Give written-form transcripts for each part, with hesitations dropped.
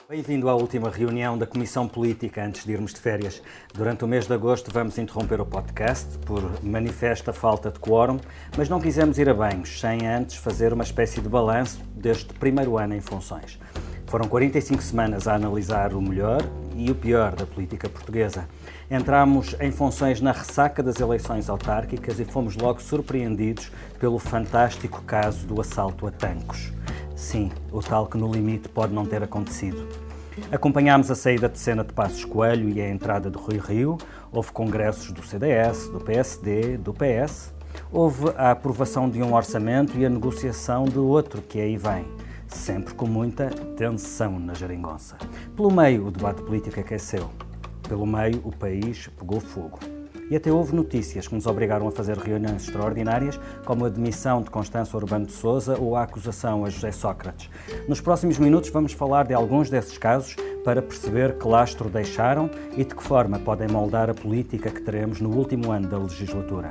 Bem-vindo à última reunião da Comissão Política antes de irmos de férias. Durante o mês de agosto vamos interromper o podcast por manifesta falta de quórum, mas não quisemos ir a banhos sem antes fazer uma espécie de balanço deste primeiro ano em funções. Foram 45 semanas a analisar o melhor e o pior da política portuguesa. Entramos em funções na ressaca das eleições autárquicas e fomos logo surpreendidos pelo fantástico caso do assalto a Tancos. Sim, o tal que no limite pode não ter acontecido. Acompanhámos a saída de cena de Passos Coelho e a entrada de Rui Rio, houve congressos do CDS, do PSD, do PS, houve a aprovação de um orçamento e a negociação de outro que aí vem, sempre com muita tensão na geringonça. Pelo meio, o debate político aqueceu. Pelo meio, o país pegou fogo. E até houve notícias que nos obrigaram a fazer reuniões extraordinárias, como a demissão de Constança Urbano de Sousa ou a acusação a José Sócrates. Nos próximos minutos vamos falar de alguns desses casos para perceber que lastro deixaram e de que forma podem moldar a política que teremos no último ano da legislatura.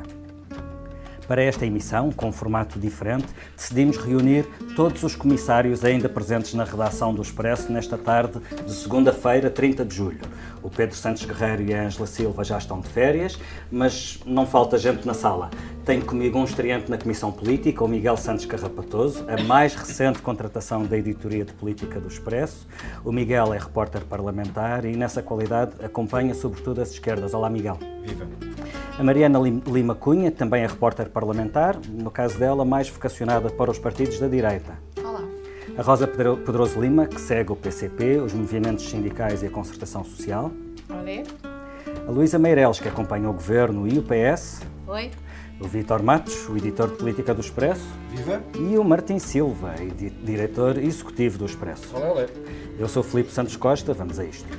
Para esta emissão, com um formato diferente, decidimos reunir todos os comissários ainda presentes na redação do Expresso nesta tarde de segunda-feira, 30 de julho. O Pedro Santos Guerreiro e a Ângela Silva já estão de férias, mas não falta gente na sala. Tenho comigo um estreante na Comissão Política, o Miguel Santos Carrapatoso, a mais recente contratação da editoria de política do Expresso. O Miguel é repórter parlamentar e, nessa qualidade, acompanha sobretudo as esquerdas. Olá, Miguel. Viva! A Mariana Lima Cunha também é repórter parlamentar, no caso dela, mais vocacionada para os partidos da direita. Olá. A Rosa Pedroso Lima, que segue o PCP, os movimentos sindicais e a concertação social. Olá. A Luísa Meireles, que acompanha o Governo e o PS. Oi. O Vítor Matos, o editor de política do Expresso. Viva! E o Martim Silva, diretor executivo do Expresso. Olá. Eu sou Filipe Santos Costa, vamos a isto.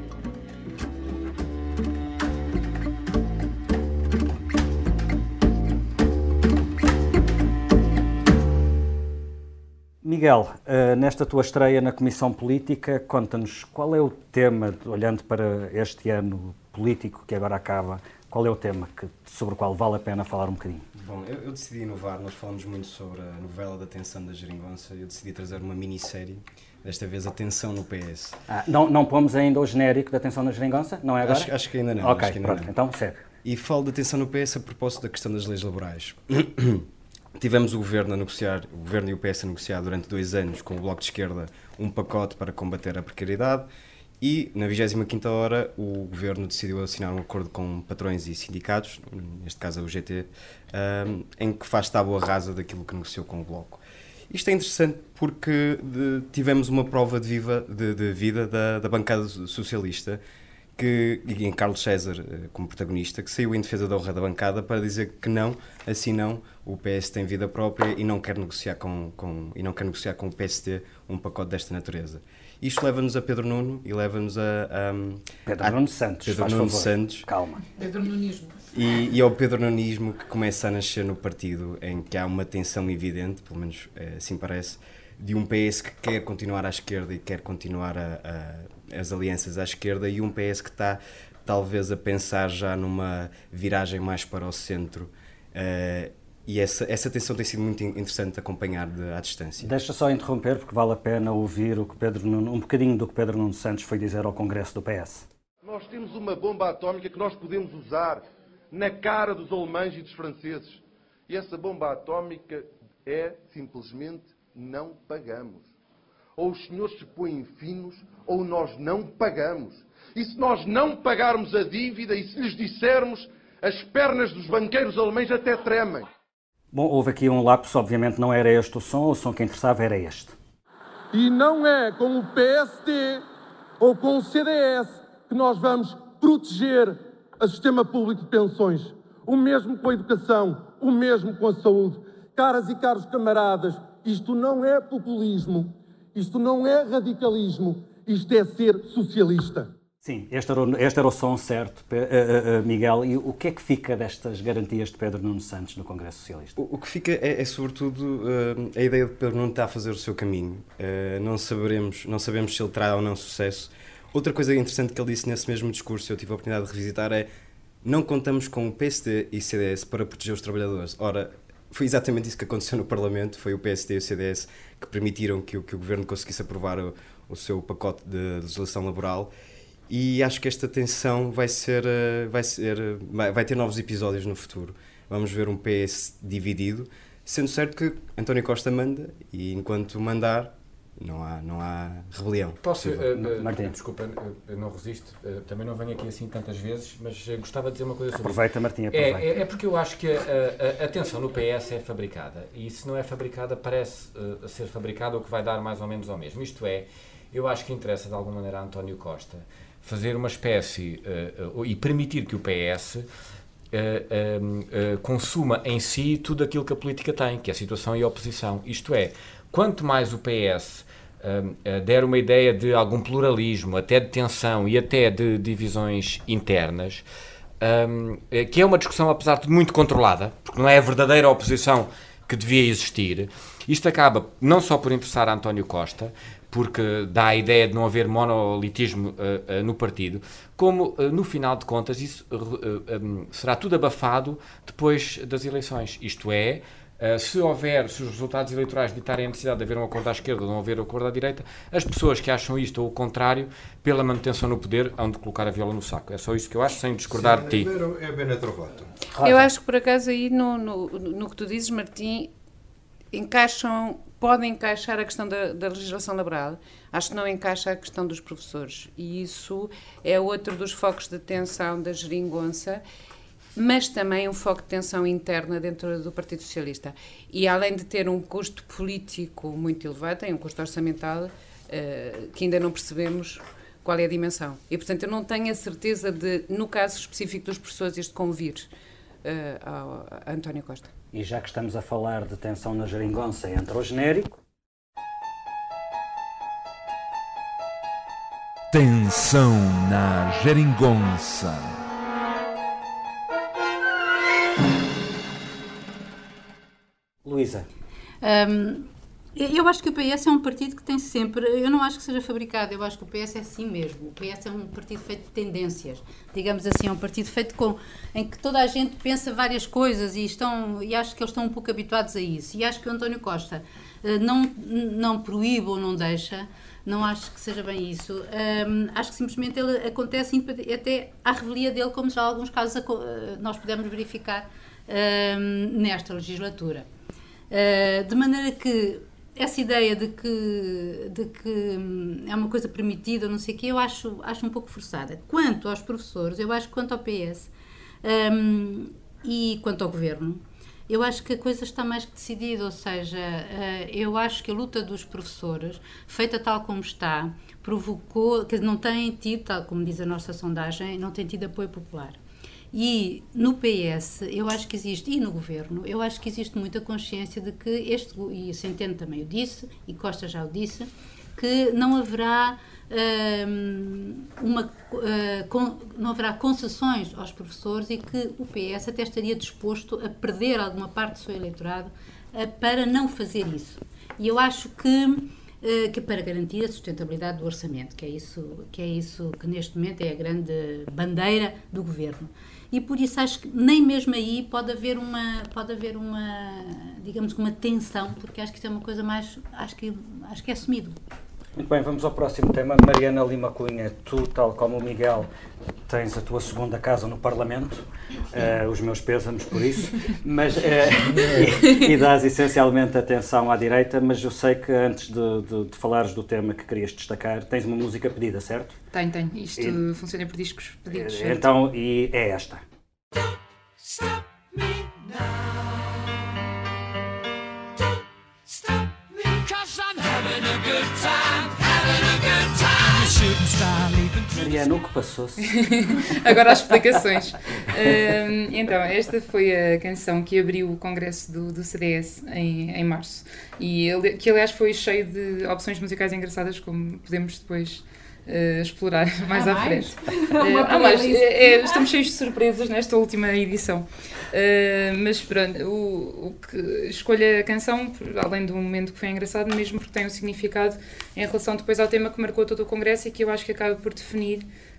Miguel, nesta tua estreia na Comissão Política, conta-nos qual é o tema, olhando para este ano político que agora acaba, qual é o tema sobre o qual vale a pena falar um bocadinho? Bom, eu decidi inovar, nós falamos muito sobre a novela da tensão da geringonça, eu decidi trazer uma minissérie, desta vez a tensão no PS. Não pomos ainda o genérico da tensão na geringonça? Não é agora? Acho que ainda não. Ok, acho que ainda pronto, não. então segue. E falo da tensão no PS a propósito da questão das leis laborais. Tivemos o Governo e o PS a negociar durante 2 anos com o Bloco de Esquerda um pacote para combater a precariedade e, na 25ª hora, o Governo decidiu assinar um acordo com patrões e sindicatos, neste caso a UGT, em que faz tábua rasa daquilo que negociou com o Bloco. Isto é interessante porque tivemos uma prova de vida da bancada socialista, e em Carlos César como protagonista, que saiu em defesa da honra da bancada para dizer que não, assim não, o PS tem vida própria e não quer negociar com o PSD um pacote desta natureza. Isto leva-nos a Pedro Nuno e leva-nos Pedro Nuno Santos, Pedro faz Nuno favor. Santos. Calma. Pedro Nunismo. E ao Pedro Nunismo, que começa a nascer no partido, em que há uma tensão evidente, pelo menos assim parece, de um PS que quer continuar à esquerda e quer continuar as alianças à esquerda, e um PS que está talvez a pensar já numa viragem mais para o centro. E essa tensão tem sido muito interessante de acompanhar à distância. Deixa só interromper, porque vale a pena ouvir um bocadinho do que Pedro Nuno Santos foi dizer ao Congresso do PS. Nós temos uma bomba atómica que nós podemos usar na cara dos alemães e dos franceses. E essa bomba atómica é simplesmente não pagamos. Ou os senhores se põem finos, ou nós não pagamos. E se nós não pagarmos a dívida e se lhes dissermos, as pernas dos banqueiros alemães até tremem. Bom, houve aqui um lapso, obviamente não era este o som que interessava era este. E não é com o PSD ou com o CDS que nós vamos proteger o sistema público de pensões. O mesmo com a educação, o mesmo com a saúde. Caras e caros camaradas, isto não é populismo, isto não é radicalismo, isto é ser socialista. Sim, este era o som certo, Miguel. E o que é que fica destas garantias de Pedro Nuno Santos no Congresso Socialista? O que fica é sobretudo, a ideia de Pedro Nuno está a fazer o seu caminho. Não sabemos se ele terá ou não sucesso. Outra coisa interessante que ele disse nesse mesmo discurso, eu tive a oportunidade de revisitar, é: não contamos com o PSD e CDS para proteger os trabalhadores. Ora, foi exatamente isso que aconteceu no Parlamento. Foi o PSD e o CDS que permitiram que o Governo conseguisse aprovar o seu pacote de legislação laboral. E acho que esta tensão vai ter novos episódios no futuro. Vamos ver um PS dividido, sendo certo que António Costa manda, e enquanto mandar, não há rebelião. Posso, Martim. desculpa, eu não resisto, também não venho aqui assim tantas vezes, mas gostava de dizer uma coisa sobre Aproveita, Martim, aproveita. É porque eu acho que a tensão no PS é fabricada, e se não é fabricada, parece ser fabricada, o que vai dar mais ou menos ao mesmo. Isto é, eu acho que interessa de alguma maneira a António Costa fazer uma espécie, e permitir que o PS consuma em si tudo aquilo que a política tem, que é a situação e a oposição. Isto é, quanto mais o PS der uma ideia de algum pluralismo, até de tensão e até de divisões internas, que é uma discussão, apesar de muito controlada, porque não é a verdadeira oposição que devia existir, isto acaba não só por interessar a António Costa, porque dá a ideia de não haver monolitismo no partido, como, no final de contas, isso será tudo abafado depois das eleições. Isto é, se os resultados eleitorais ditarem a necessidade de haver um acordo à esquerda ou não haver um acordo à direita, as pessoas que acham isto ou o contrário, pela manutenção no poder, hão de colocar a viola no saco. É só isso que eu acho, sem discordar de ti. É bene trovato. Eu acho que, por acaso, aí no que tu dizes, Martim, podem encaixar a questão da legislação laboral. Acho que não encaixa a questão dos professores. E isso é outro dos focos de tensão da geringonça, mas também um foco de tensão interna dentro do Partido Socialista. E além de ter um custo político muito elevado, tem um custo orçamental que ainda não percebemos qual é a dimensão. E, portanto, eu não tenho a certeza de, no caso específico dos professores, isto convir a António Costa. E já que estamos a falar de tensão na geringonça, entra o genérico. Tensão na geringonça. Luísa. Eu acho que o PS é um partido que tem sempre... Eu não acho que seja fabricado, eu acho que o PS é assim mesmo. O PS é um partido feito de tendências, digamos assim, é um partido feito em que toda a gente pensa várias coisas e acho que eles estão um pouco habituados a isso. E acho que o António Costa não proíbe ou não deixa, não acho que seja bem isso. Acho que simplesmente ele acontece até à revelia dele, como já em alguns casos nós pudemos verificar nesta legislatura. De maneira que essa ideia de que é uma coisa permitida, não sei o quê, eu acho um pouco forçada. Quanto aos professores, eu acho que quanto ao PS e quanto ao Governo, eu acho que a coisa está mais que decidida, ou seja, eu acho que a luta dos professores, feita tal como está, provocou, que não tem tido, tal como diz a nossa sondagem, não tem tido apoio popular. E no PS, eu acho que existe, e no Governo, eu acho que existe muita consciência de que e o Centeno também o disse, e Costa já o disse, que não haverá, não haverá concessões aos professores e que o PS até estaria disposto a perder alguma parte do seu eleitorado para não fazer isso. E eu acho que para garantir a sustentabilidade do orçamento, que é isso que neste momento é a grande bandeira do Governo. E por isso acho que nem mesmo aí pode haver uma digamos que uma tensão, porque acho que isso é uma coisa mais, acho que é assumido. Muito bem, vamos ao próximo tema. Mariana Lima Cunha, tu, tal como o Miguel, tens a tua segunda casa no Parlamento, os meus pêsames por isso, mas, e dás essencialmente atenção à direita, mas eu sei que antes de falares do tema que querias destacar, tens uma música pedida, certo? Tenho. Isto funciona por discos pedidos. Certo? Então, e é esta. Don't stop me now. Don't stop me, 'cause I'm having a good time, having a good time. You shouldn't start leaving. Mariana, o que passou-se? Agora as explicações. Então, esta foi a canção que abriu o congresso do CDS em março. E que, aliás, foi cheio de opções musicais engraçadas, como podemos depois explorar mais à frente. Estamos cheios de surpresas nesta última edição. Mas pronto, o que escolho a canção, além do momento que foi engraçado, mesmo porque tem um significado em relação depois ao tema que marcou todo o congresso e que eu acho que acaba por definir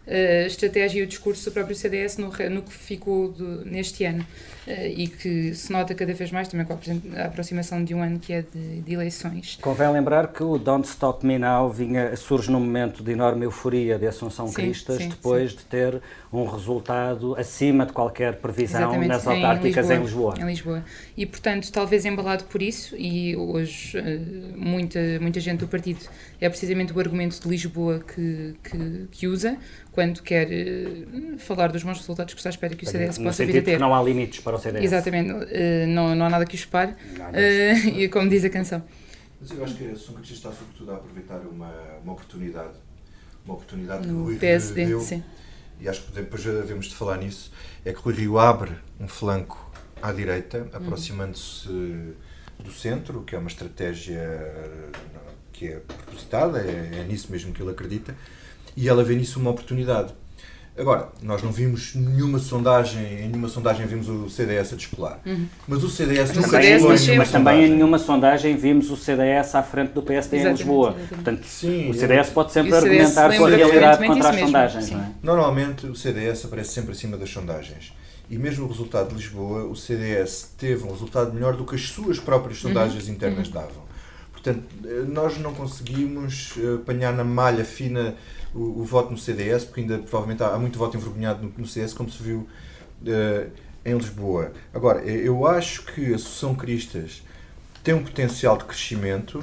a estratégia e o discurso do próprio CDS no que ficou neste ano. E que se nota cada vez mais também com a aproximação de um ano que é de eleições. Convém lembrar que o Don't Stop Me Now surge num momento de enorme euforia de Assunção Cristas, depois de ter um resultado acima de qualquer previsão nas autárquicas em Lisboa. Em Lisboa. E, portanto, talvez embalado por isso, e hoje muita gente do partido é precisamente o argumento de Lisboa que usa, quando quer falar dos bons resultados que está à espera que o CDS possa vir a ter. Que não há limites para o CDS. Exatamente, não há nada que os pare, e como diz a canção. Mas eu acho que a Assunção Cristas está sobretudo a aproveitar uma oportunidade que no o Rui Rio PSD, deu, sim. E acho que depois já devemos de falar nisso, é que o Rui Rio abre um flanco à direita, aproximando-se do centro, que é uma estratégia que é propositada, é nisso mesmo que ele acredita, e ela vê nisso uma oportunidade. Agora, nós não vimos em nenhuma sondagem vimos o CDS a descolar. Mas o CDS nunca descolou em nenhuma Mas também em nenhuma sondagem vimos o CDS à frente do PSD em Lisboa. Portanto, sim, o CDS pode sempre argumentar com a realidade contra as sondagens. Não é? Normalmente o CDS aparece sempre acima das sondagens. E mesmo o resultado de Lisboa, o CDS teve um resultado melhor do que as suas próprias sondagens internas davam. Portanto, nós não conseguimos apanhar na malha fina o voto no CDS, porque ainda provavelmente há muito voto envergonhado no CS, como se viu em Lisboa. Agora, eu acho que a Assunção Cristas tem um potencial de crescimento,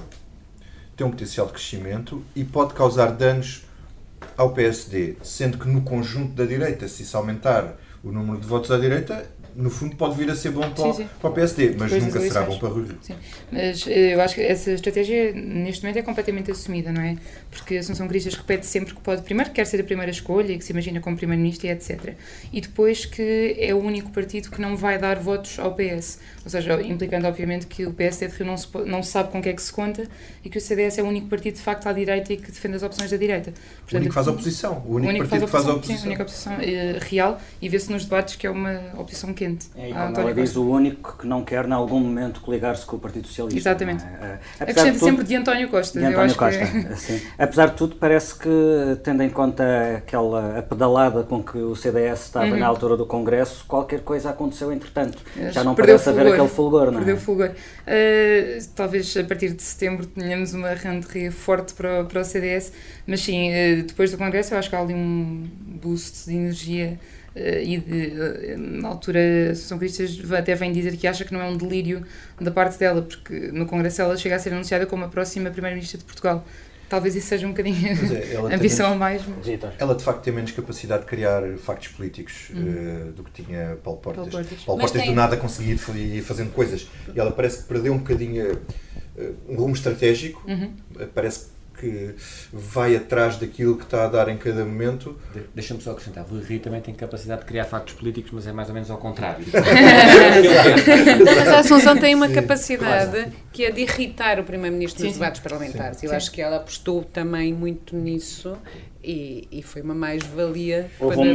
e pode causar danos ao PSD, sendo que no conjunto da direita, se isso aumentar o número de votos à direita, no fundo pode vir a ser bom para o PSD, mas nunca será bom para o Rui Rio. Sim. Mas eu acho que essa estratégia neste momento é completamente assumida, não é? Porque a Assunção Cristas repete sempre que pode, primeiro que quer ser a primeira escolha e que se imagina como primeiro-ministro e etc. E depois que é o único partido que não vai dar votos ao PS. Ou seja, implicando obviamente que o PSD de Rio não sabe com que é que se conta e que o CDS é o único partido de facto à direita e que defende as opções da direita. Portanto, o único que faz oposição. O único partido que faz a oposição. Sim, a única oposição real, e vê-se nos debates que é uma oposição quente. Ela diz o único que não quer, em algum momento, coligar-se com o Partido Socialista. Exatamente. Acrescenta sempre de António Costa. De António Costa, sim. Apesar de tudo, parece que, tendo em conta a pedalada com que o CDS estava na altura do Congresso, qualquer coisa aconteceu entretanto. Já não parece haver aquele fulgor, não é? Perdeu fulgor. Talvez a partir de setembro tenhamos uma rentrée forte para o CDS, mas sim, depois do Congresso eu acho que há ali um boost de energia. Na altura a Assunção Cristas até vem dizer que acha que não é um delírio da parte dela, porque no Congresso ela chega a ser anunciada como a próxima Primeira-Ministra de Portugal. Talvez isso seja um bocadinho ambição a mais. Ela de facto tem menos capacidade de criar factos políticos do que tinha Paulo Portas. Paulo Portas do nada conseguia ir fazendo coisas, e ela parece que perdeu um bocadinho um rumo estratégico, parece que vai atrás daquilo que está a dar em cada momento. Deixa-me só acrescentar, o Rui Rio também tem capacidade de criar factos políticos, mas é mais ou menos ao contrário. Mas a Assunção tem uma capacidade que é de irritar o Primeiro-Ministro nos debates parlamentares. Eu acho que ela apostou também muito nisso. E foi uma mais-valia. Houve um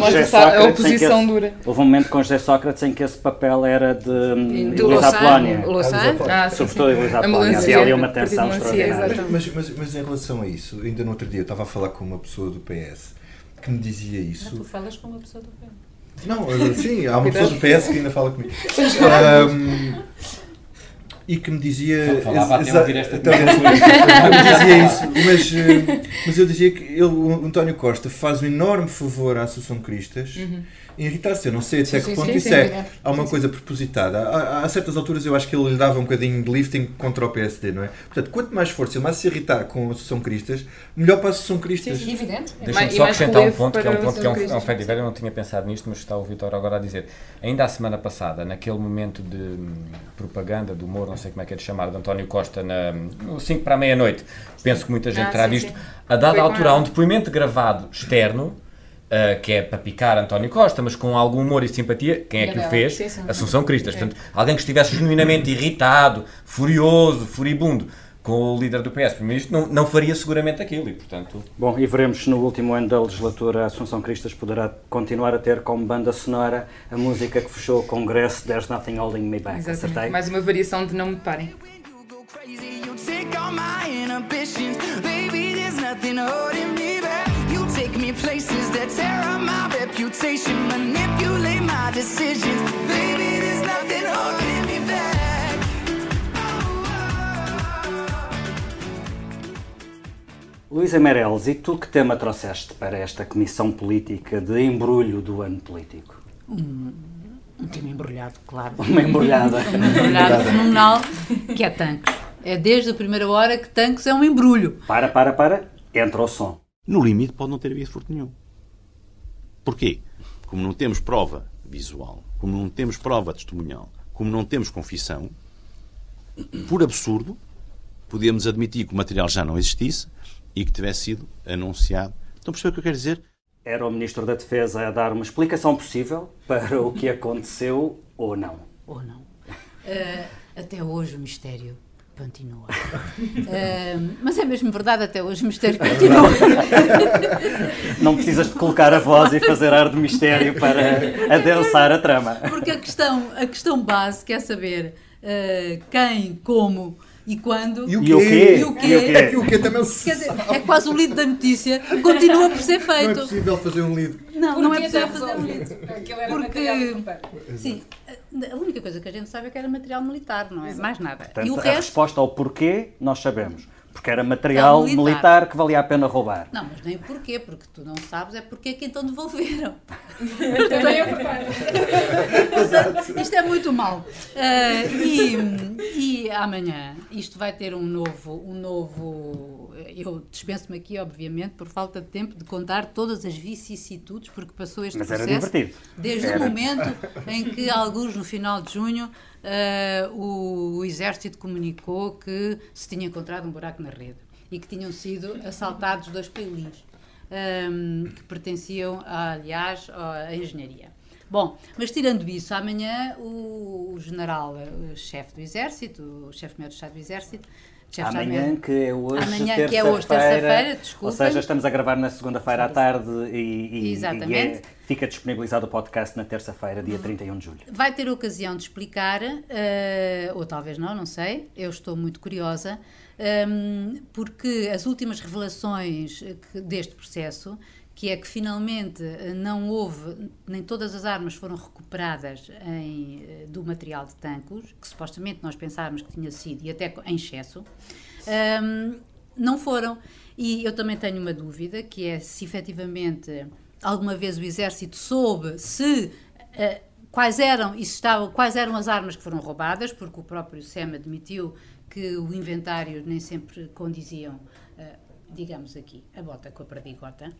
momento com José Sócrates em que esse papel era de Luís Apolónia. Sobretudo Luís Apolónia. Havia ali uma tensão extraordinária. Mas em relação a isso, ainda no outro dia eu estava a falar com uma pessoa do PS que me dizia isso. Tu falas com uma pessoa do PS? Não, sim, há uma pessoa do PS que ainda fala comigo. E que me dizia... Falava até ouvir esta mas eu dizia que o António Costa faz um enorme favor à Assunção Cristas em irritar-se. Eu não sei até que ponto isso é. Há uma coisa propositada. Há certas alturas eu acho que ele lhe dava um bocadinho de lifting contra o PSD, não é? Portanto, quanto mais força ele mais se irritar com a Assunção Cristas, melhor para a Assunção Cristas. Sim, evidente. Deixa-me só acrescentar um ponto, que é um feito de ver, eu não tinha pensado nisto, mas está o Vítor agora a dizer. Ainda a semana passada, naquele momento de propaganda, de humor, não sei como é que é de chamar, de António Costa, no 5 para a meia-noite, penso que muita gente terá visto, a dada altura há um depoimento gravado externo, que é para picar António Costa, mas com algum humor e simpatia. Quem é que o fez? Assunção Cristas. Portanto, alguém que estivesse genuinamente irritado, furioso, furibundo com o líder do PS, primeiro-ministro, não faria seguramente aquilo e, portanto... Bom, e veremos se no último ano da legislatura a Assunção Cristas poderá continuar a ter como banda sonora a música que fechou o Congresso, There's Nothing Holding Me Back. Acertei? Mais uma variação de Não Me Parem. Take all my inhibitions, baby, there's nothing holding me back. You take me places that tear up my reputation, manipulate my decisions. Baby, there's nothing holding me back. Luísa Meireles, e tu que tema trouxeste para esta comissão política de embrulho do ano político? Um tema embrulhado, claro. Uma embrulhada. Uma embrulhada fenomenal, que é Tancos. É desde a primeira hora que Tancos é um embrulho. Para. Entra o som. No limite pode não ter havido furto nenhum. Porquê? Como não temos prova visual, como não temos prova testemunhal, como não temos confissão, por absurdo, podíamos admitir que o material já não existisse e que tivesse sido anunciado. Estão a perceber o que eu quero dizer? Era o Ministro da Defesa a dar uma explicação possível para o que aconteceu ou não? Ou não. Até hoje o mistério continua. Mas é mesmo verdade, até hoje o mistério continua. Não precisas de colocar a voz e fazer ar de mistério para adensar a trama. Porque a questão base quer saber quem, como e quando. E o quê? E o quê? É que o quê também se Quer dizer, é quase o lead da notícia, continua por ser feito. Não é possível fazer um lead. Não é possível fazer um lead. Porque... Sim, a única coisa que a gente sabe é que era material militar, não é? Mais nada. Portanto, E o a resto... resposta ao porquê nós sabemos. Porque era material militar que valia a pena roubar. Não, mas nem o porquê, porque tu não sabes é porque é que então devolveram. Também é verdade. Isto é muito mau. E amanhã isto vai ter um novo... Eu dispenso-me aqui, obviamente, por falta de tempo, de contar todas as vicissitudes, porque passou este processo... Mas era divertido. Desde o momento em que, alguns no final de junho, o Exército comunicou que se tinha encontrado um buraco na rede e que tinham sido assaltados 2 pailins que pertenciam, aliás, à engenharia. Bom, mas tirando isso, amanhã o general-chefe do Exército, o chefe-maior do Estado do Exército, Amanhã, que é hoje terça-feira, desculpa. Ou seja, estamos a gravar na segunda-feira à tarde e fica disponibilizado o podcast na terça-feira, dia 31 de julho. Vai ter ocasião de explicar, ou talvez não sei, eu estou muito curiosa, porque as últimas revelações deste processo, que é que finalmente não houve, nem todas as armas foram recuperadas do material de Tancos, que supostamente nós pensávamos que tinha sido, e até em excesso, não foram. E eu também tenho uma dúvida, que é se efetivamente alguma vez o Exército soube quais eram as armas que foram roubadas, porque o próprio SEM admitiu que o inventário nem sempre condiziam, digamos aqui, a bota com a perdigota.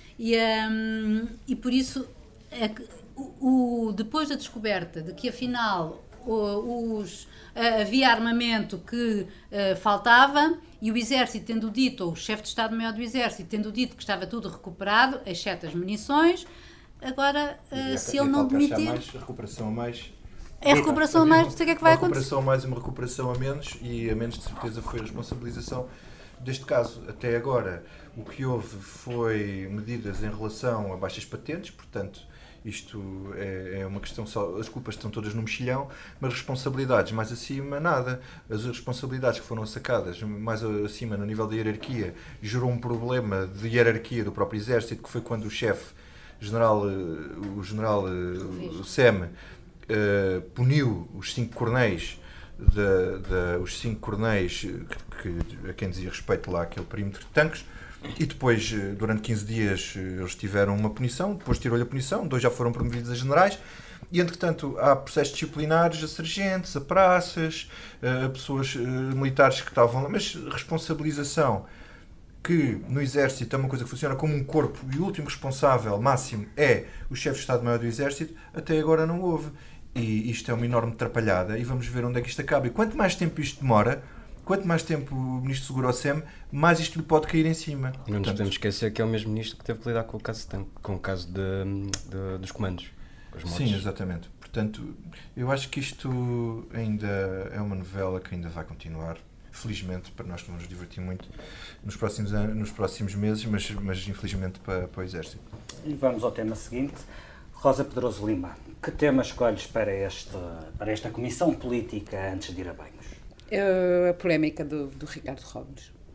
E por isso, depois da descoberta de que afinal havia armamento que faltava, e o Exército tendo dito, ou o chefe de Estado-Maior do Exército tendo dito que estava tudo recuperado, exceto as munições, agora se ele não demitir... recuperação a mais... É recuperação a mais, não sei o que é que vai acontecer. Uma recuperação a mais e uma recuperação a menos, e a menos de certeza foi a responsabilização deste caso. Até agora, o que houve foi medidas em relação a baixas patentes, portanto, isto é uma questão só, as culpas estão todas no mexilhão, mas responsabilidades mais acima, nada. As responsabilidades que foram sacadas mais acima no nível da hierarquia gerou um problema de hierarquia do próprio Exército, que foi quando o chefe, o general SEM, puniu os 5 coronéis, os 5 coronéis a quem dizia respeito lá aquele perímetro de Tancos, e depois, durante 15 dias, eles tiveram uma punição, depois tirou-lhe a punição, 2 já foram promovidos a generais, e entretanto há processos disciplinares a sargentos, a praças, a pessoas militares que estavam lá, mas responsabilização, que no Exército é uma coisa que funciona como um corpo e o último responsável máximo é o chefe de Estado-Maior do Exército, até agora não houve. E isto é uma enorme atrapalhada e vamos ver onde é que isto acaba. E quanto mais tempo isto demora, quanto mais tempo o Ministro segura o SEM, mais isto lhe pode cair em cima. Não nos podemos esquecer que é o mesmo Ministro que teve que lidar com o caso dos comandos. Sim, exatamente. Portanto, eu acho que isto ainda é uma novela que ainda vai continuar. Felizmente, para nós que vamos nos divertir muito nos próximos anos, nos próximos meses, mas infelizmente para o Exército. E vamos ao tema seguinte. Rosa Pedroso Lima, que tema escolhes para esta comissão política antes de ir a banhos? A polémica do Ricardo Robles.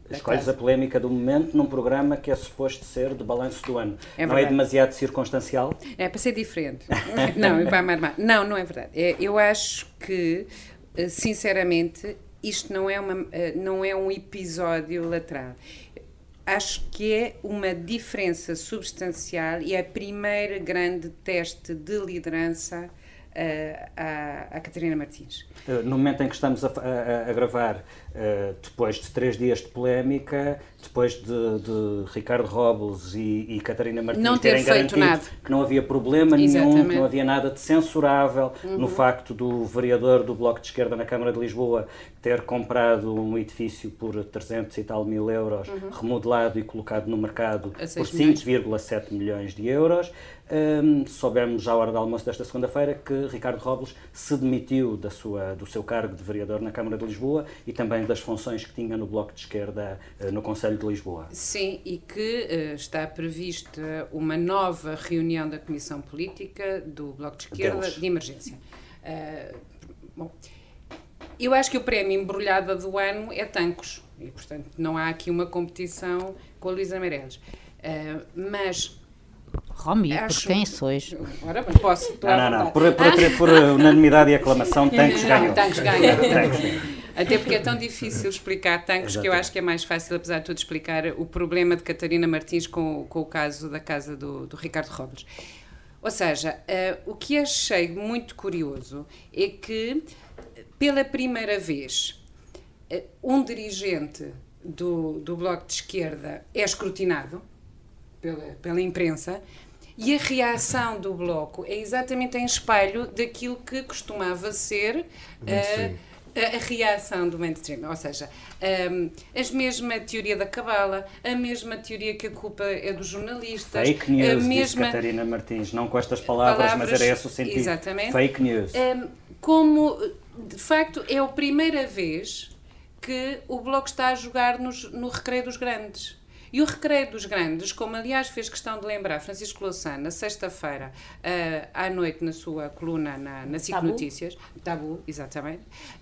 Escolhes a polémica do momento num programa que é suposto ser de balanço do ano. É não verdade. é demasiado circunstancial? É para ser diferente. Não é verdade. Eu acho que, sinceramente, isto não é um episódio lateral. Acho que é uma diferença substancial e é a primeira grande teste de liderança à Catarina Martins. No momento em que estamos a gravar, depois de 3 dias de polémica, depois de Ricardo Robles e Catarina Martins não ter terem feito garantido nada, que não havia problema nenhum, exatamente, que não havia nada de censurável no facto do vereador do Bloco de Esquerda na Câmara de Lisboa ter comprado um edifício por 300 e tal mil euros, remodelado e colocado no mercado por 5,7 milhões de euros. Soubemos à hora do almoço desta segunda-feira que Ricardo Robles se demitiu do seu cargo de vereador na Câmara de Lisboa e também das funções que tinha no Bloco de Esquerda no Conselho de Lisboa. Sim, e que está prevista uma nova reunião da Comissão Política do Bloco de Esquerda de emergência. Bom, eu acho que o prémio embrulhada do ano é Tancos e, portanto, não há aqui uma competição com a Luísa Meireles. Mas Romy, por quem sois? Ora bem, posso. Não. Por unanimidade e aclamação, Tancos ganhou. Tancos ganhou. Até porque é tão difícil explicar Tancos que eu acho que é mais fácil, apesar de tudo, explicar o problema de Catarina Martins com o caso da casa do Ricardo Robles. Ou seja, o que achei muito curioso é que, pela primeira vez, um dirigente do Bloco de Esquerda é escrutinado pela imprensa e a reação do Bloco é exatamente em espelho daquilo que costumava ser a reação do mainstream, ou seja, a mesma teoria da cabala, a mesma teoria que a culpa é dos jornalistas, fake news, a mesma disse Catarina Martins, não com estas palavras, mas era esse o sentido. Exatamente. Fake news. Como, de facto, é a primeira vez que o Bloco está a jogar no recreio dos grandes. E o recreio dos grandes, como aliás fez questão de lembrar Francisco Louçã na sexta-feira à noite na sua coluna na SIC Notícias, Tabu, exatamente,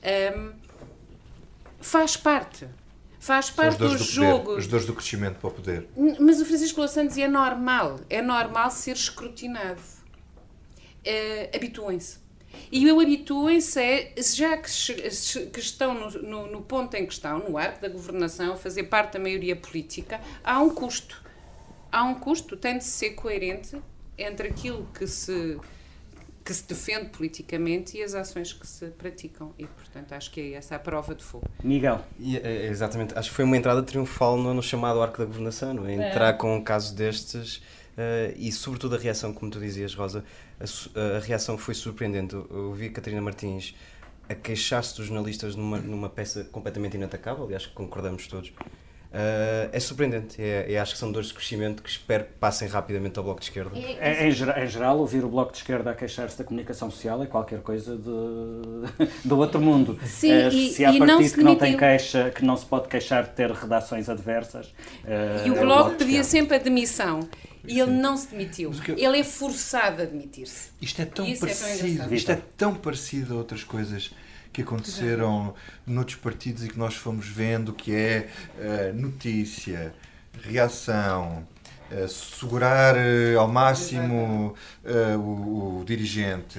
faz parte do jogo. Os dores do crescimento para o poder. Mas o Francisco Louçã dizia é normal ser escrutinado. Habituem-se. E o habituem-se já que estão no ponto em que estão, no arco da governação, a fazer parte da maioria política, há um custo. Tem de ser coerente entre aquilo que se defende politicamente e as ações que se praticam. E, portanto, acho que é essa a prova de fogo. Miguel. Exatamente. Acho que foi uma entrada triunfal no chamado arco da governação, não é? Entrar com um caso destes e, sobretudo, a reação, como tu dizias, Rosa, a reação foi surpreendente. Eu vi a Catarina Martins a queixar-se dos jornalistas numa peça completamente inatacável, e acho que concordamos todos. É surpreendente. Acho que são dores de crescimento que espero que passem rapidamente ao Bloco de Esquerda. Em geral, ouvir o Bloco de Esquerda a queixar-se da comunicação social é qualquer coisa do outro mundo. Sim, se há partido que não tem queixa, que não se pode queixar de ter redações adversas. E o Bloco pedia sempre a demissão. E ele não se demitiu. Ele é forçado a demitir-se. Isto é tão parecido a outras coisas que aconteceram noutros partidos e que nós fomos vendo, que é notícia, reação, segurar ao máximo o dirigente,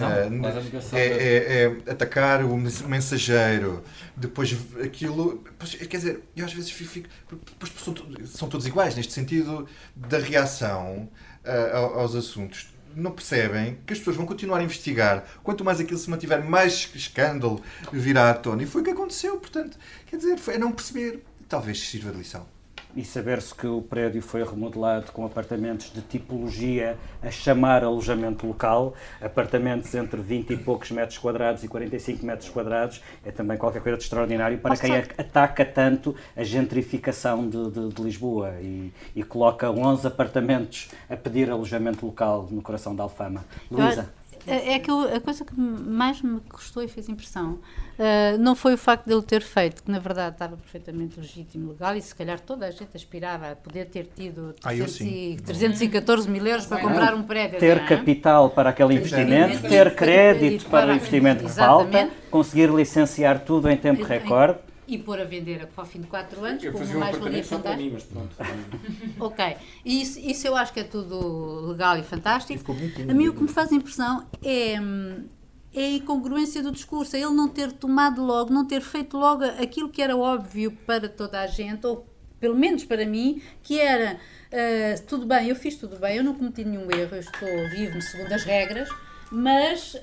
atacar o mensageiro, depois aquilo, quer dizer, eu às vezes fico, depois são todos iguais neste sentido da reação aos assuntos. Não percebem que as pessoas vão continuar a investigar. Quanto mais aquilo se mantiver, mais escândalo virá à tona. E foi o que aconteceu. Portanto, quer dizer, é não perceber. Talvez sirva de lição. E saber-se que o prédio foi remodelado com apartamentos de tipologia a chamar alojamento local, apartamentos entre 20 e poucos metros quadrados e 45 metros quadrados, é também qualquer coisa de extraordinário para quem ataca tanto a gentrificação de Lisboa e coloca 11 apartamentos a pedir alojamento local no coração da Alfama. Luísa? É que a coisa que mais me custou e fez impressão não foi o facto de ele ter feito, que na verdade estava perfeitamente legítimo, legal, e se calhar toda a gente aspirava a poder ter tido 314 mil euros para comprar um prédio. Ter capital para aquele investimento, ter crédito para o investimento que falta, conseguir licenciar tudo em tempo recorde. e pôr a vender ao fim de 4 anos, Eu com fazia uma um mais-valia apartamento só para mim, fantástica. mas pronto. Ok, e isso eu acho que é tudo legal e fantástico. Ficou bonitinho. A mim o que me faz impressão é a incongruência do discurso, é ele não ter tomado logo, não ter feito logo aquilo que era óbvio para toda a gente, ou pelo menos para mim, que era, tudo bem, eu fiz tudo bem, eu não cometi nenhum erro, eu estou vivo segundo as regras, mas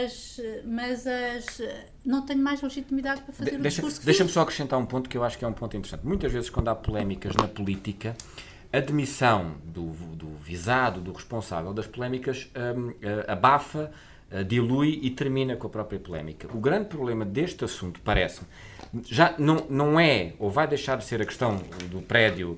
não tenho mais legitimidade para fazer o discurso que Deixa-me só acrescentar um ponto que eu acho que é um ponto interessante. Muitas vezes, quando há polémicas na política, a demissão do visado, do responsável das polémicas, abafa, dilui e termina com a própria polémica. O grande problema deste assunto, parece-me, já não é, ou vai deixar de ser a questão do prédio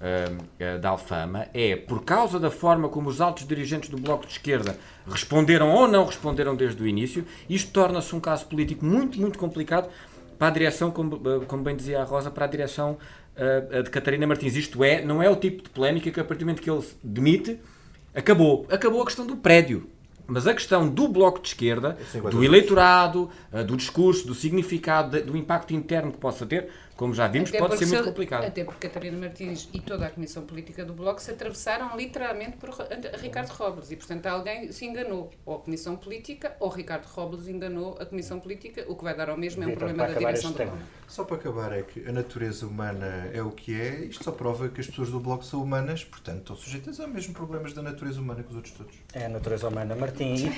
da Alfama, é por causa da forma como os altos dirigentes do Bloco de Esquerda responderam ou não responderam desde o início. Isto torna-se um caso político muito, muito complicado para a direção, como bem dizia a Rosa, para a direção de Catarina Martins. Isto é, não é o tipo de polémica que a partir do momento que ele se demite, acabou a questão do prédio. Mas a questão do Bloco de Esquerda, do eleitorado, do discurso, do significado, do impacto interno que possa ter, como já vimos, pode ser muito complicado. Até porque Catarina Martins e toda a Comissão Política do Bloco se atravessaram literalmente por Ricardo Robles e, portanto, alguém se enganou. Ou a Comissão Política, ou Ricardo Robles enganou a Comissão Política, o que vai dar ao mesmo é um problema da direção do Bloco. Só para acabar, é que a natureza humana é o que é, isto só prova que as pessoas do Bloco são humanas, portanto, estão sujeitas aos mesmos problemas da natureza humana que os outros todos. É a natureza humana. Martim, e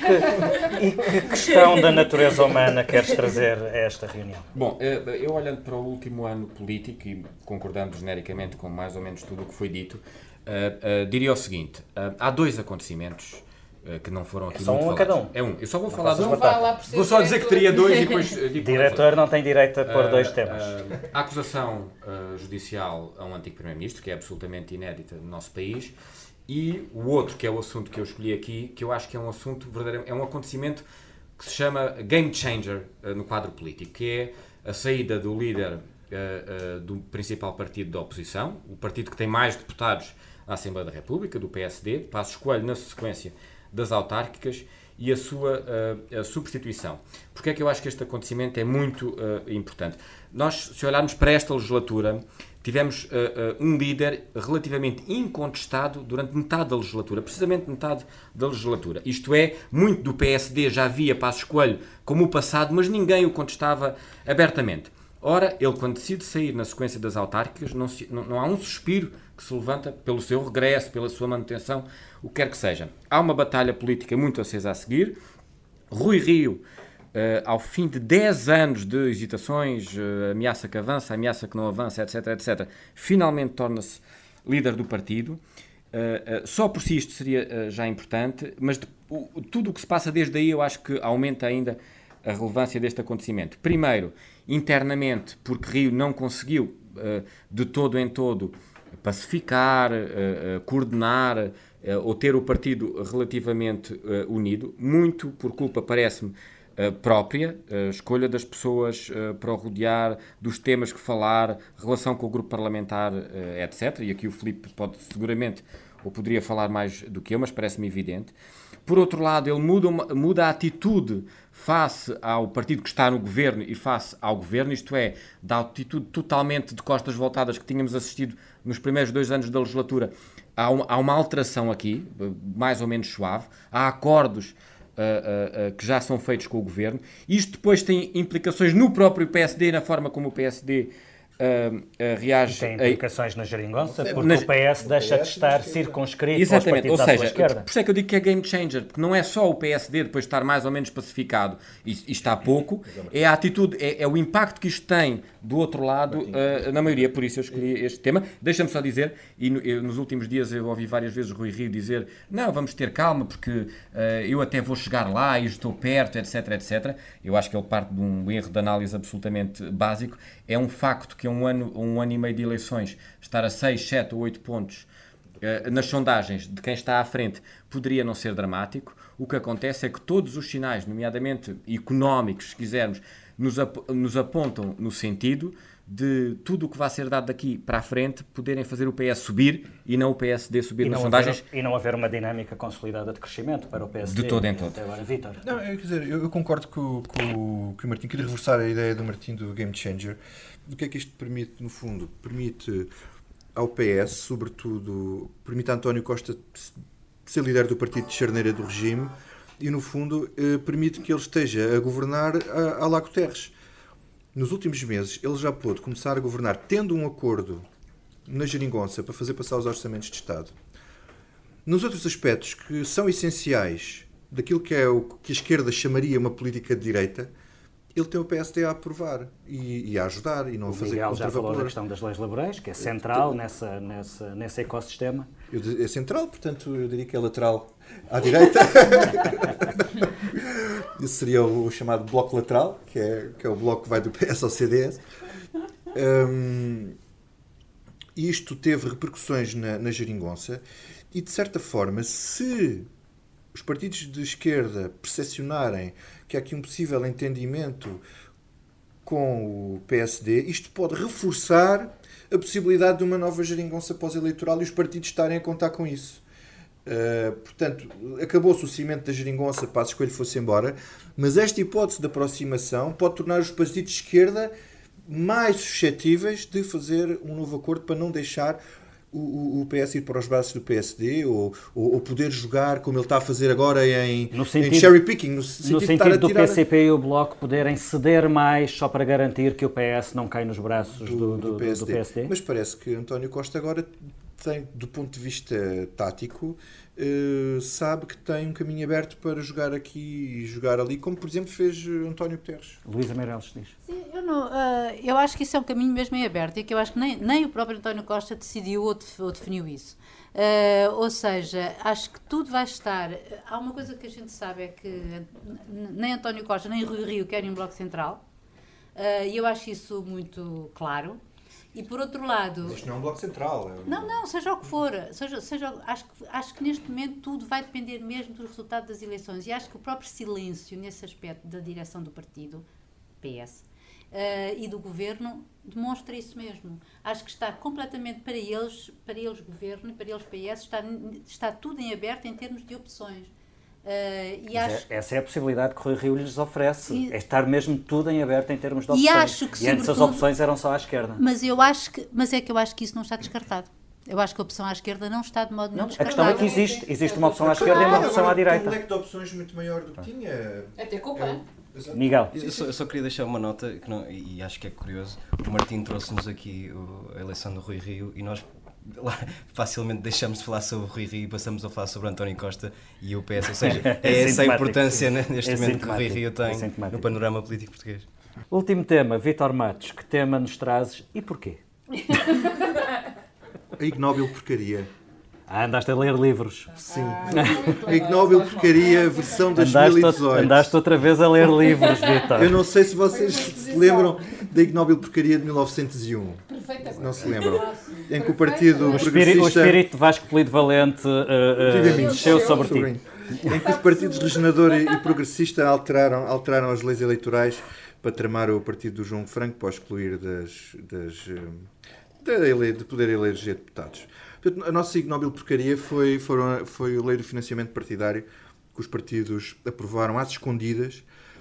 que questão da natureza humana queres trazer a esta reunião? Bom, eu olhando para o último ano político, e concordando genericamente com mais ou menos tudo o que foi dito, diria o seguinte: há 2 acontecimentos que não foram aqui muito falados. Cada um. É um. Eu só vou falar dos... Vou só dizer que teria 2 e depois... Diretor não tem direito a pôr 2 temas. A acusação judicial a um antigo Primeiro-Ministro, que é absolutamente inédita no nosso país, e o outro, que é o assunto que eu escolhi aqui, que eu acho que é um assunto verdadeiro, é um acontecimento que se chama game changer no quadro político, que é a saída do líder do principal partido da oposição, o partido que tem mais deputados à Assembleia da República, do PSD, Passos Coelho, na sequência das autárquicas, e a sua substituição. Porque é que eu acho que este acontecimento é muito importante? Nós, se olharmos para esta legislatura, tivemos um líder relativamente incontestado durante metade da legislatura, precisamente metade da legislatura. Isto é, muito do PSD já via Passos Coelho como o passado, mas ninguém o contestava abertamente. Ora, ele, quando decide sair na sequência das autárquicas, não há um suspiro que se levanta pelo seu regresso, pela sua manutenção, o que quer que seja. Há uma batalha política muito acesa a seguir. Rui Rio, ao fim de 10 anos de hesitações, ameaça que avança, ameaça que não avança, etc., etc., finalmente torna-se líder do partido. Só por si isto seria já importante, mas tudo o que se passa desde aí eu acho que aumenta ainda a relevância deste acontecimento. Primeiro, internamente, porque Rio não conseguiu, de todo em todo, pacificar, coordenar ou ter o partido relativamente unido, muito por culpa, parece-me, própria, escolha das pessoas para o rodear, dos temas que falar, relação com o grupo parlamentar, etc. E aqui o Filipe pode seguramente, ou poderia falar mais do que eu, mas parece-me evidente. Por outro lado, ele muda a atitude face ao partido que está no governo e face ao governo, isto é, da atitude totalmente de costas voltadas que tínhamos assistido nos primeiros 2 anos da legislatura. Há uma alteração aqui, mais ou menos suave. Há acordos que já são feitos com o governo. Isto depois tem implicações no próprio PSD, na forma como o PSD reage. Tem implicações na geringonça, porque o PS deixa de estar circunscrito aos exatamente, partidos ou seja, à sua esquerda. Por isso é que eu digo que é game changer, porque não é só o PSD depois de estar mais ou menos pacificado e está pouco, é a atitude, é o impacto que isto tem do outro lado na maioria, por isso eu escolhi este tema. Deixa-me só dizer, e nos últimos dias eu ouvi várias vezes o Rui Rio dizer, não, vamos ter calma, porque eu até vou chegar lá e estou perto, etc, etc. Eu acho que ele parte de um erro de análise absolutamente básico. É um facto que um ano e meio de eleições, estar a 6, 7 ou 8 pontos nas sondagens de quem está à frente poderia não ser dramático. O que acontece é que todos os sinais, nomeadamente económicos, se quisermos, nos apontam no sentido de tudo o que vai ser dado daqui para a frente poderem fazer o PS subir e não o PSD subir nas sondagens. E não haver uma dinâmica consolidada de crescimento para o PSD. De todo em todo. Até agora, Vítor. Não, quer dizer, eu concordo com o Martim. Queria reforçar a ideia do Martim do Game Changer. O que é que isto permite, no fundo? Permite ao PS, sobretudo, permite a António Costa ser líder do partido de charneira do regime e, no fundo, permite que ele esteja a governar à la Guterres. Nos últimos meses, ele já pôde começar a governar tendo um acordo na geringonça para fazer passar os orçamentos de Estado. Nos outros aspectos que são essenciais daquilo que é o que a esquerda chamaria uma política de direita, ele tem o PSD a aprovar e a ajudar e não a fazer Miguel já falou da contravalor. questão das leis laborais, que é central nesse ecossistema. É central, portanto, eu diria que é lateral à direita. Isso seria o chamado bloco lateral, que é o bloco que vai do PS ao CDS. Isto teve repercussões na geringonça e, de certa forma, se os partidos de esquerda percepcionarem que há aqui um possível entendimento com o PSD, isto pode reforçar a possibilidade de uma nova geringonça pós-eleitoral e os partidos estarem a contar com isso. Portanto, acabou-se o cimento da geringonça para a escolha fosse embora, mas esta hipótese de aproximação pode tornar os partidos de esquerda mais suscetíveis de fazer um novo acordo para não deixar o PS ir para os braços do PSD ou poder jogar como ele está a fazer agora em cherry picking, no sentido do PCP e o Bloco poderem ceder mais só para garantir que o PS não cai nos braços do PSD. Mas parece que António Costa agora tem, do ponto de vista tático, sabe que tem um caminho aberto para jogar aqui e jogar ali, como por exemplo fez António Guterres. Luísa Meireles diz. Sim, eu acho que isso é um caminho mesmo em aberto e que eu acho que nem o próprio António Costa decidiu ou definiu isso. Ou seja, acho que tudo vai estar... Há uma coisa que a gente sabe é que nem António Costa nem Rui Rio querem um bloco central e eu acho isso muito claro. E por outro lado... Mas isto não é um bloco central. Não, seja o que for. Acho que neste momento tudo vai depender mesmo do resultado das eleições. E acho que o próprio silêncio nesse aspecto da direção do partido, PS, e do governo, demonstra isso mesmo. Acho que está completamente para eles governo e para eles PS, está tudo em aberto em termos de opções. Essa é a possibilidade que o Rui Rio lhes oferece, é estar mesmo tudo em aberto em termos de opções. E acho que, antes as opções eram só à esquerda. Mas eu acho que isso não está descartado. Eu acho que a opção à esquerda não está de modo nenhum descartado. A questão é que existe uma opção à esquerda e uma opção à direita. Tem um leque de opções muito maior do que tinha. Até com o PAN. Miguel. Eu só queria deixar uma nota, e acho que é curioso, o Martim trouxe-nos aqui a eleição do Rui Rio e nós facilmente deixamos de falar sobre o Rui Rio e passamos a falar sobre António Costa e o PS, ou seja, é essa a importância neste momento que o Rui Rio tem no panorama político português. Último tema, Vítor Matos, que tema nos trazes e porquê? A ignóbil porcaria. Andaste a ler livros. Sim. A ignóbil porcaria, versão 2018. Andaste outra vez a ler livros, Vítor. Eu não sei se vocês se lembram da ignóbil porcaria de 1901. Não se lembram? Em que o Partido Progressista... O espírito de Vasco Polido Valente desceu sobre ti. Em que os partidos Regenerador e Progressista alteraram as leis eleitorais para tramar o partido do João Franco para excluir de poder eleger deputados. Portanto, a nossa ignóbil porcaria foi a lei do financiamento partidário que os partidos aprovaram às escondidas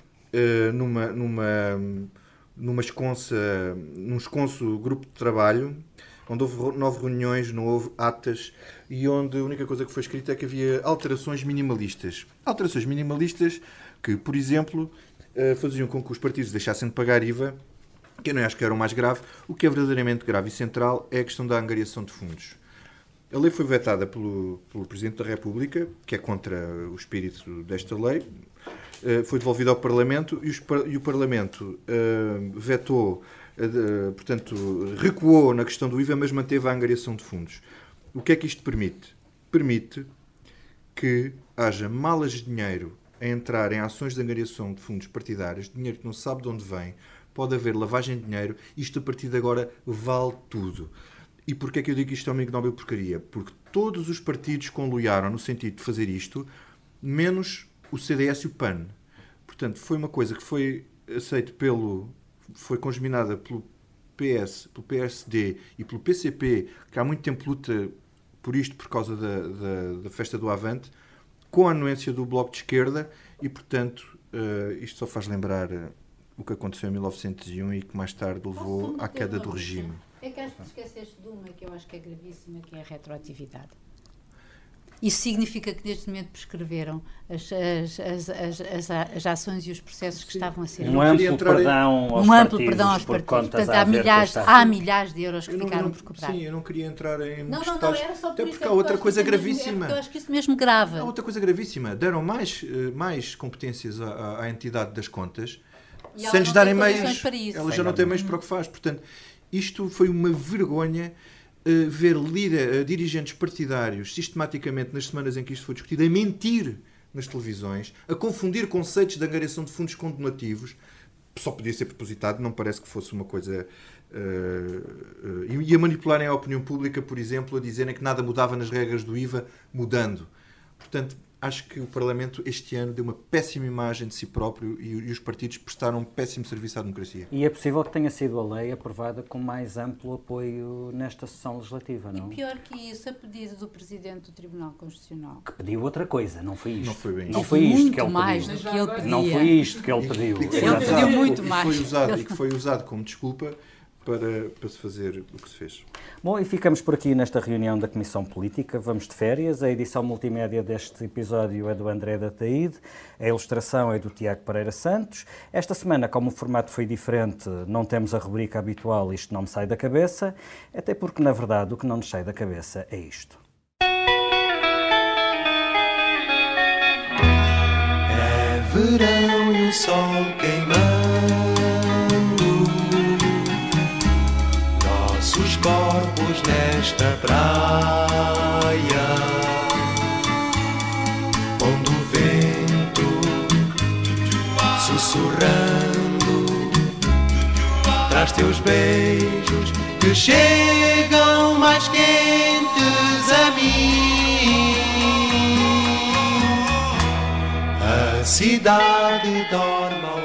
num esconso grupo de trabalho onde houve 9 reuniões, não houve atas e onde a única coisa que foi escrita é que havia alterações minimalistas. Alterações minimalistas que, por exemplo, faziam com que os partidos deixassem de pagar IVA, que eu não acho que era o mais grave. O que é verdadeiramente grave e central é a questão da angariação de fundos. A lei foi vetada pelo Presidente da República, que é contra o espírito desta lei, foi devolvida ao Parlamento e o Parlamento vetou, portanto, recuou na questão do IVA, mas manteve a angariação de fundos. O que é que isto permite? Permite que haja malas de dinheiro a entrar em ações de angariação de fundos partidários, dinheiro que não se sabe de onde vem, pode haver lavagem de dinheiro, isto a partir de agora vale tudo. E porquê é que eu digo que isto é uma ignóbil porcaria? Porque todos os partidos conluiaram no sentido de fazer isto, menos o CDS e o PAN. Portanto, foi uma coisa que foi foi congeminada pelo PS, pelo PSD e pelo PCP, que há muito tempo luta por isto por causa da festa do Avante, com a anuência do Bloco de Esquerda, e, portanto, isto só faz lembrar o que aconteceu em 1901 e que mais tarde levou à queda do regime. É que acho que esqueceste de uma que eu acho que é gravíssima, que é a retroatividade. Isso significa que neste momento prescreveram as ações e os processos que estavam a ser... Um amplo perdão aos partidos. Portanto, há milhares de euros que ficaram por cobrar. Sim, eu não queria entrar em muitos detalhes. Não, era só por até porque há outra coisa gravíssima. Eu acho que isso mesmo grave. Há outra coisa gravíssima. Deram mais competências à entidade das contas sem lhes darem meios. Ela já não tem meios para o que faz. Portanto, isto foi uma vergonha. Ver dirigentes partidários sistematicamente nas semanas em que isto foi discutido a mentir nas televisões, a confundir conceitos de angariação de fundos condonativos, só podia ser propositado, não parece que fosse uma coisa... e a manipularem a opinião pública, por exemplo, a dizerem que nada mudava nas regras do IVA, mudando. Portanto, acho que o Parlamento este ano deu uma péssima imagem de si próprio e os partidos prestaram um péssimo serviço à democracia. E é possível que tenha sido a lei aprovada com mais amplo apoio nesta sessão legislativa, não? E pior que isso, a pedido do Presidente do Tribunal Constitucional. Que pediu outra coisa, não foi isto. Não foi bem. Não foi isto que ele mais pediu. do que ele pedia. Não foi isto que ele pediu. Ele pediu muito mais. E que foi usado como desculpa para se fazer o que se fez. Bom, e ficamos por aqui nesta reunião da Comissão Política. Vamos de férias. A edição multimédia deste episódio é do André da Taíde. A ilustração é do Tiago Pereira Santos. Esta semana, como o formato foi diferente, não temos a rubrica habitual Isto Não Me Sai da Cabeça, até porque, na verdade, o que não nos sai da cabeça é isto. É verão e o sol queimando, nossos corpos nesta praia, onde o vento sussurrando traz teus beijos que chegam mais quentes a mim. A cidade dorme ao